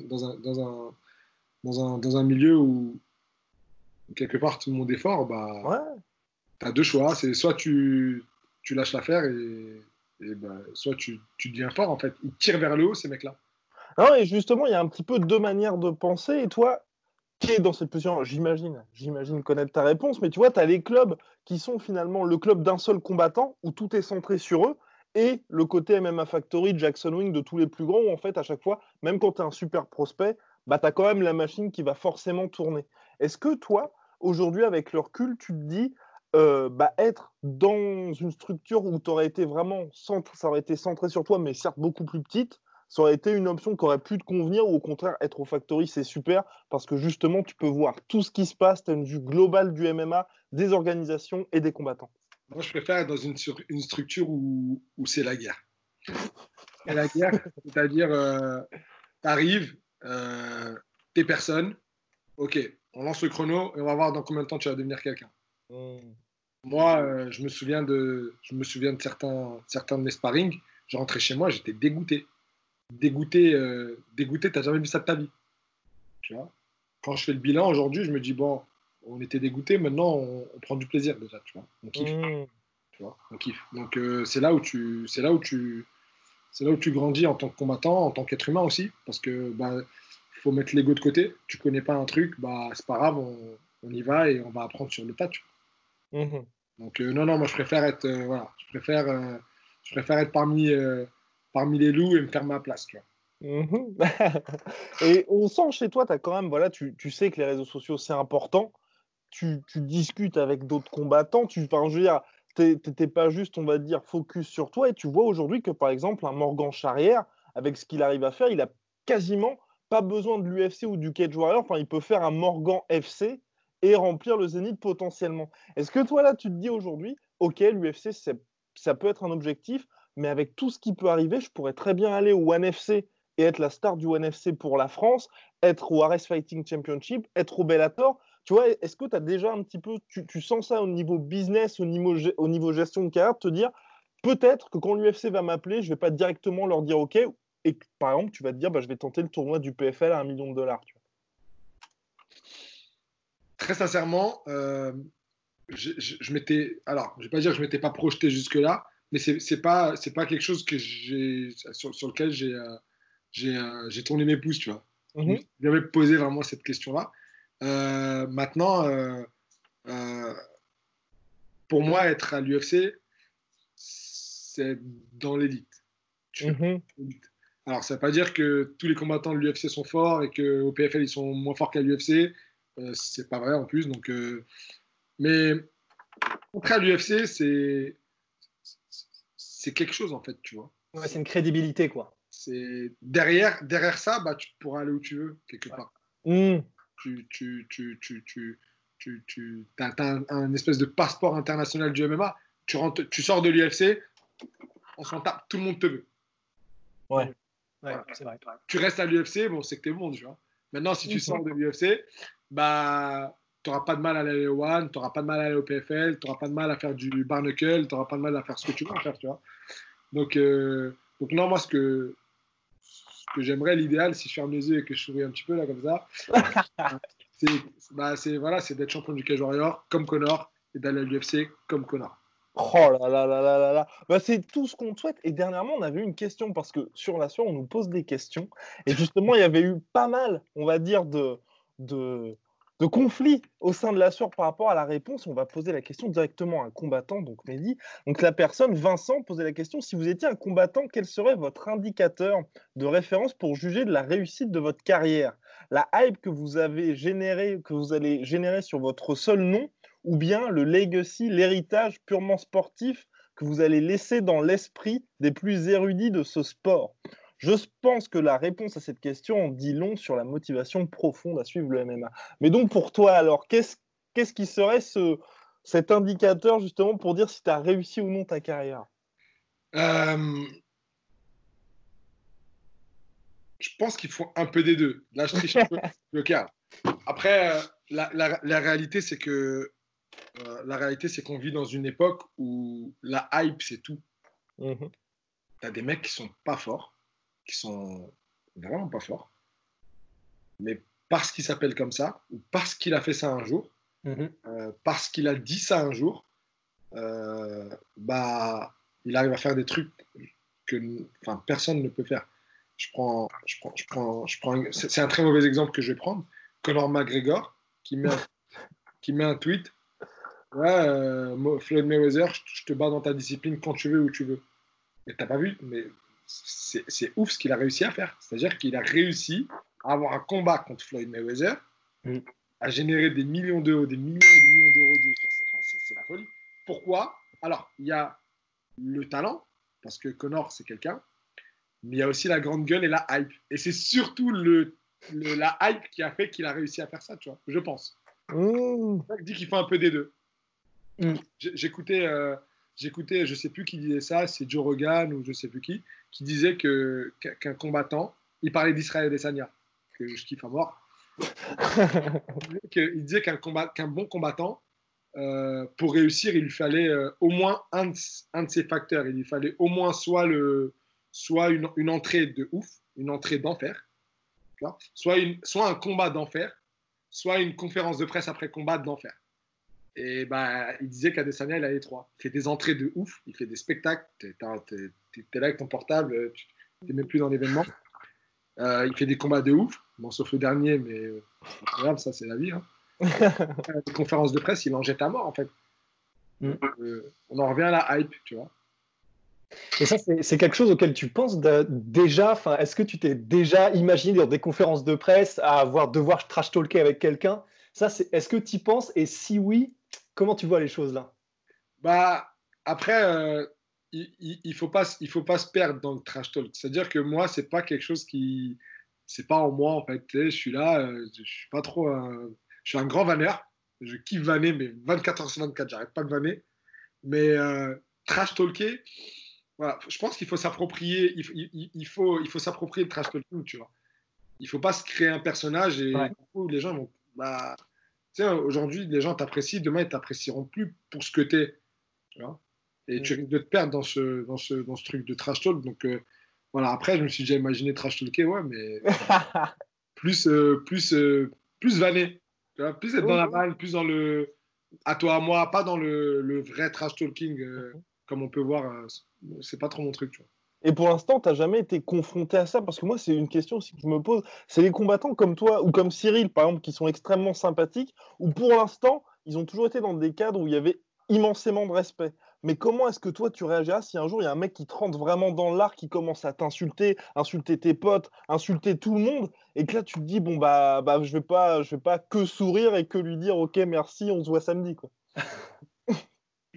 un milieu où quelque part tout le monde est fort, Ouais. tu as deux choix. C'est soit tu lâches l'affaire et soit tu deviens fort, en fait. Ils tirent vers le haut, ces mecs-là. Non, et justement, il y a un petit peu deux manières de penser. Et toi, qui est dans cette position, j'imagine connaître ta réponse, mais tu vois, tu as les clubs qui sont finalement le club d'un seul combattant, où tout est centré sur eux, et le côté MMA Factory, Jackson Wing, de tous les plus grands, où en fait, à chaque fois, même quand tu es un super prospect, tu as quand même la machine qui va forcément tourner. Est-ce que toi, aujourd'hui, avec le recul, tu te dis, être dans une structure où tu aurais été vraiment ça aurait été centré sur toi, mais certes beaucoup plus petite, ça aurait été une option qui aurait pu te convenir, ou au contraire, être au Factory, c'est super, parce que justement, tu peux voir tout ce qui se passe, tu as une vue globale du MMA, des organisations et des combattants. Moi, je préfère être dans une structure où c'est la guerre. Et la guerre, c'est-à-dire, t'arrives, t'es personne, ok, on lance le chrono et on va voir dans combien de temps tu vas devenir quelqu'un. Moi, je me souviens de certains de mes sparring, je rentrais chez moi, j'étais dégoûté. Dégoûté, t'as jamais vu ça de ta vie. Tu vois, quand je fais le bilan aujourd'hui, je me dis, bon, on était dégoûté, maintenant on prend du plaisir déjà, tu vois, on kiffe. Tu vois, on kiffe. Donc c'est là où tu grandis en tant que combattant, en tant qu'être humain aussi, parce que faut mettre l'ego de côté. Tu connais pas un truc, c'est pas grave, on y va et on va apprendre sur le tas. Tu vois. Donc non, moi je préfère être je préfère être parmi les loups et me faire ma place, tu vois. Et on sent chez toi, as quand même, tu sais que les réseaux sociaux c'est important. Tu discutes avec d'autres combattants. Je veux dire, t'étais pas juste, on va dire, focus sur toi. Et tu vois aujourd'hui que, par exemple, un Morgan Charrière, avec ce qu'il arrive à faire, il a quasiment pas besoin de l'UFC ou du Cage Warrior. Enfin, il peut faire un Morgan FC et remplir le Zénith potentiellement. Est-ce que toi, là, tu te dis aujourd'hui, OK, l'UFC, ça peut être un objectif, mais avec tout ce qui peut arriver, je pourrais très bien aller au One FC et être la star du One FC pour la France, être au Ares Fighting Championship, être au Bellator. Tu vois, est-ce que tu as déjà un petit peu, tu sens ça au niveau business, au niveau gestion de carrière, te dire peut-être que quand l'UFC va m'appeler, je ne vais pas directement leur dire OK, et que, par exemple, tu vas te dire je vais tenter le tournoi du PFL à $1 million. Tu vois. Très sincèrement, je m'étais. Alors, je ne vais pas dire que je ne m'étais pas projeté jusque-là, mais c'est pas quelque chose que sur lequel j'ai tourné mes pouces, tu vois. Je me suis jamais posé vraiment cette question-là. Maintenant, pour moi, être à l'UFC, c'est dans l'élite. Alors, ça ne veut pas dire que tous les combattants de l'UFC sont forts et qu'au PFL, ils sont moins forts qu'à l'UFC. C'est pas vrai en plus. Donc, mais entrer à l'UFC, c'est quelque chose en fait, tu vois. Ouais, c'est une crédibilité, quoi. c'est derrière ça, bah, tu pourras aller où tu veux, quelque part. Mmh. T'as un espèce de passeport international du MMA. Tu sors de l'UFC, on s'en tape, tout le monde te veut. Ouais. Ouais, c'est vrai. Tu restes à l'UFC, bon, c'est que t'es bon, tu vois. Maintenant, si tu sors de l'UFC, bah, t'auras pas de mal à aller au One, t'auras pas de mal à aller au PFL, t'auras pas de mal à faire du bar knuckle, t'auras pas de mal à faire ce que tu veux faire, tu vois. Donc non, moi, ce que j'aimerais, l'idéal, si je ferme les yeux et que je souris un petit peu là comme ça, c'est d'être champion du Cage Warrior comme Conor et d'aller à l'UFC comme Conor. Oh là là là là là là. Bah, c'est tout ce qu'on te souhaite. Et dernièrement, on avait eu une question parce que sur la sueur, on nous pose des questions. Et justement, il y avait eu pas mal, on va dire, de conflits au sein de la sueur par rapport à la réponse. On va poser la question directement à un combattant, donc Mehdi. Donc la personne, Vincent, posait la question, si vous étiez un combattant, quel serait votre indicateur de référence pour juger de la réussite de votre carrière? La hype que vous avez générée, que vous allez générer sur votre seul nom, ou bien le legacy, l'héritage purement sportif que vous allez laisser dans l'esprit des plus érudits de ce sport? Je pense que la réponse à cette question en dit long sur la motivation profonde à suivre le MMA. Mais donc pour toi, alors, qu'est-ce qui serait cet indicateur justement pour dire si tu as réussi ou non ta carrière? Je pense qu'il faut un peu des deux. Là, je triche un peu le cas. Après, la réalité, c'est que qu'on vit dans une époque où la hype, c'est tout. Mhm. T'as des mecs qui sont pas forts, qui sont vraiment pas forts, mais parce qu'il s'appelle comme ça, ou parce qu'il a fait ça un jour, parce qu'il a dit ça un jour, bah, il arrive à faire des trucs que personne ne peut faire. C'est un très mauvais exemple que je vais prendre. Conor McGregor qui met un tweet. Ouais, Floyd Mayweather, je te bats dans ta discipline quand tu veux, où tu veux. Mais t'as pas vu, mais c'est ouf ce qu'il a réussi à faire. C'est-à-dire qu'il a réussi à avoir un combat contre Floyd Mayweather, à générer des millions d'euros, des millions et des millions d'euros. C'est la folie. Pourquoi? Alors, il y a le talent, parce que Conor, c'est quelqu'un, mais il y a aussi la grande gueule et la hype. Et c'est surtout la hype qui a fait qu'il a réussi à faire ça, tu vois, je pense. C'est ça que je dis qu'il faut un peu des deux. J'écoutais, je sais plus qui disait ça, c'est Joe Rogan ou je sais plus qui disait qu'un combattant, il parlait d'Israël Adesanya, que je kiffe à mort. Il disait qu'un bon combattant, pour réussir, il lui fallait au moins un de ces facteurs. Il lui fallait au moins soit une entrée de ouf, une entrée d'enfer, soit un combat d'enfer, soit une conférence de presse après combat d'enfer. Et bah, il disait qu'Adesanya, il a les trois. Il fait des entrées de ouf, il fait des spectacles, t'es là avec ton portable, tu n'es même plus dans l'événement. Il fait des combats de ouf, bon, sauf le dernier, mais c'est pas grave, ça c'est la vie. Hein. Les conférences de presse, il en jette à mort en fait. On en revient à la hype, tu vois. Et ça, c'est quelque chose auquel tu penses déjà. Est-ce que tu t'es déjà imaginé dans des conférences de presse à devoir trash talker avec quelqu'un? Ça, est-ce que tu y penses? Et si oui, comment tu vois les choses là? Bah, après, il faut pas se perdre dans le trash talk. C'est-à-dire que moi, c'est pas quelque chose c'est pas en moi en fait. Je suis là, je suis pas trop. Je suis un grand vanneur. Je kiffe vanner, mais 24h/24, j'arrête pas de vanner. Mais trash talker, voilà, je pense qu'il faut s'approprier. Il faut s'approprier le trash talking, tu vois. Il faut pas se créer un personnage et du coup, les gens vont. Bah, tu sais, aujourd'hui, les gens t'apprécient, demain, ils t'apprécieront plus pour ce que t'es. Tu vois. Et tu risques de te perdre dans ce truc de trash talk. Donc, voilà, après, je me suis déjà imaginé trash talker, ouais, mais plus vanner. Tu vois, plus être dans la vanne, plus dans le à toi, à moi, pas dans le vrai trash talking comme on peut voir. C'est pas trop mon truc, tu vois. Et pour l'instant, tu n'as jamais été confronté à ça? Parce que moi, c'est une question aussi que je me pose. C'est les combattants comme toi ou comme Cyril, par exemple, qui sont extrêmement sympathiques, ou pour l'instant, ils ont toujours été dans des cadres où il y avait immensément de respect. Mais comment est-ce que toi, tu réagiras si un jour, il y a un mec qui te rentre vraiment dans l'art, qui commence à t'insulter, insulter tes potes, insulter tout le monde, et que là, tu te dis, bon, je vais pas que sourire et que lui dire, OK, merci, on se voit samedi, quoi.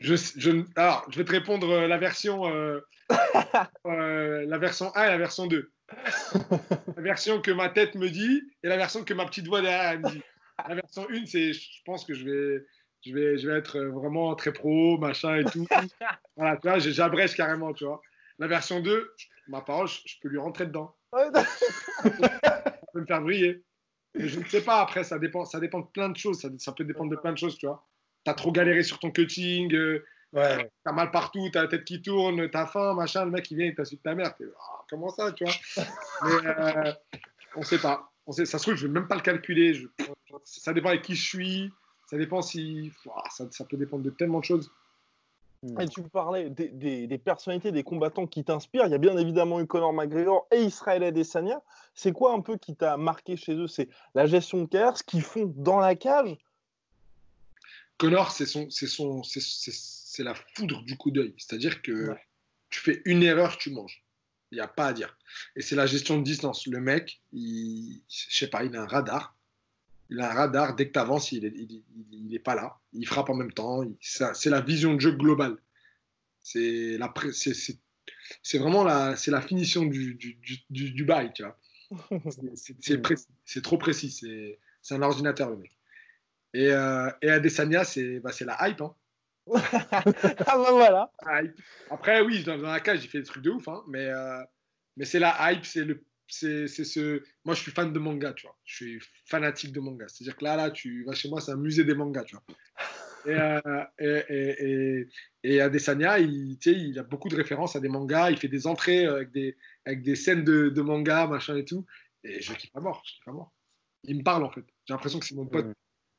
Alors, je vais te répondre la version 1 et la version 2. La version que ma tête me dit et la version que ma petite voix derrière elle me dit. La version 1, c'est je pense que je vais être vraiment très pro, machin et tout. Voilà, tu vois, j'abrège carrément, tu vois. La version 2, ma parole, je peux lui rentrer dedans. Ça peut me faire briller. Mais je ne sais pas, après, ça dépend de plein de choses. Ça peut dépendre de plein de choses, tu vois. T'as trop galéré sur ton cutting, t'as mal partout, t'as la tête qui tourne, t'as faim, machin, le mec il vient, il t'insulte ta mère. Comment ça, tu vois. Mais on sait pas. Ça se trouve, je ne vais même pas le calculer. Ça dépend avec qui je suis. Ça dépend si. Ça peut dépendre de tellement de choses. Et tu parlais des personnalités, des combattants qui t'inspirent. Il y a bien évidemment eu Conor McGregor et Israel Adesanya. C'est quoi un peu qui t'a marqué chez eux? C'est la gestion de carrière, ce qu'ils font dans la cage? Conor, c'est la foudre du coup d'œil. C'est-à-dire que tu fais une erreur, tu manges. Il n'y a pas à dire. Et c'est la gestion de distance. Le mec, je sais pas, il a un radar. Dès que tu avances, il est pas là. Il frappe en même temps. C'est la vision de jeu globale. C'est vraiment la finition du bail, tu vois. C'est trop précis. C'est un ordinateur, le mec. Et Adesanya, c'est la hype. Hein. Ah bah voilà. Hype. Après, oui, dans la cage, il fait des trucs de ouf. Hein, mais c'est la hype, Moi, je suis fan de manga, tu vois. Je suis fanatique de manga. C'est-à-dire que là, tu vas chez moi, c'est un musée des mangas, tu vois. Et Adesanya, il a beaucoup de références à des mangas. Il fait des entrées avec des scènes de manga, machin et tout. Et je kiffe à mort. Il me parle, en fait. J'ai l'impression que c'est mon pote.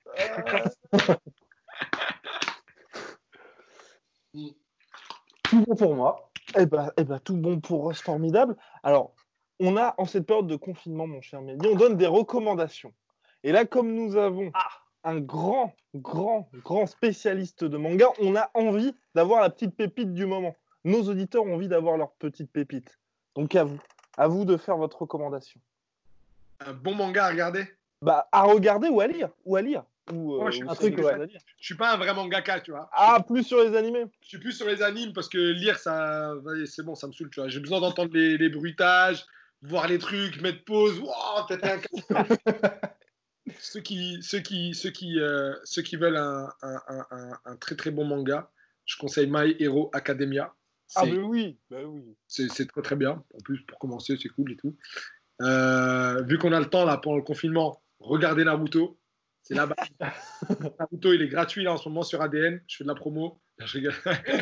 Tout bon pour moi. Eh ben, tout bon pour Ross, formidable. Alors, on a, en cette période de confinement, mon cher Mehdi, on donne des recommandations. Et là, comme nous avons un grand spécialiste de manga, on a envie d'avoir la petite pépite du moment. Nos auditeurs ont envie d'avoir leur petite pépite. Donc, à vous de faire votre recommandation. Un bon manga à regarder? Bah, à regarder ou à lire. Moi, je suis pas un vrai mangaka, tu vois. Ah, plus sur les animés. Je suis plus sur les animes parce que lire, ça, c'est bon, ça me saoule, tu vois. J'ai besoin d'entendre les bruitages, voir les trucs, mettre pause. Wow, peut-être un ceux qui veulent un très très bon manga, je conseille My Hero Academia. Ah bah oui. C'est très très bien. En plus, pour commencer, c'est cool et tout. Vu qu'on a le temps là pendant le confinement, regardez Naruto. C'est là-bas. Naruto, il est gratuit là en ce moment sur ADN. Je fais de la promo. Je rigole.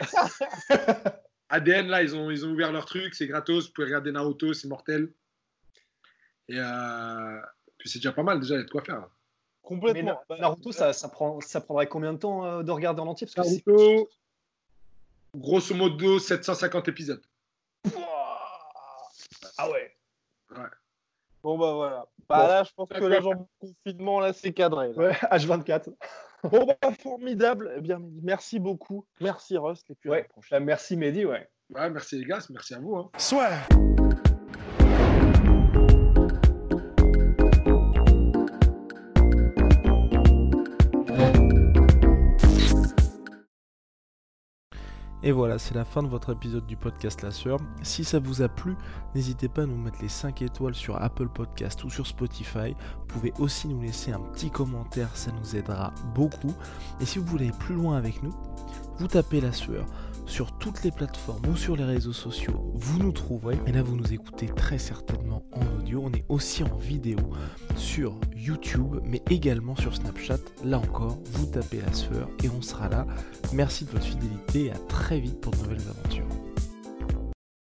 ADN là, ils ont ouvert leur truc, c'est gratos. Vous pouvez regarder Naruto, c'est mortel. Et puis c'est déjà pas mal déjà, il y a de quoi faire. Là. Complètement. Mais Naruto, ça prendrait combien de temps de regarder en entier? Parce que Naruto, grosso modo, 750 épisodes. Ah ouais. Bon bah voilà. Là, je pense que là, genre confinement, là, c'est cadré. Là. Ouais, H24. Bon bah formidable. Eh bien, merci beaucoup. Merci Rust. Et puis à la prochaine. Merci Mehdi, merci les gars, merci à vous. Hein. Soit. Et voilà, c'est la fin de votre épisode du podcast La Sueur. Si ça vous a plu, n'hésitez pas à nous mettre les 5 étoiles sur Apple Podcast ou sur Spotify. Vous pouvez aussi nous laisser un petit commentaire, ça nous aidera beaucoup. Et si vous voulez aller plus loin avec nous, vous tapez La Sueur sur toutes les plateformes ou sur les réseaux sociaux, vous nous trouverez. Et là, vous nous écoutez très certainement en audio. On est aussi en vidéo sur YouTube, mais également sur Snapchat. Là encore, vous tapez La Sueur et on sera là. Merci de votre fidélité et à très vite pour de nouvelles aventures.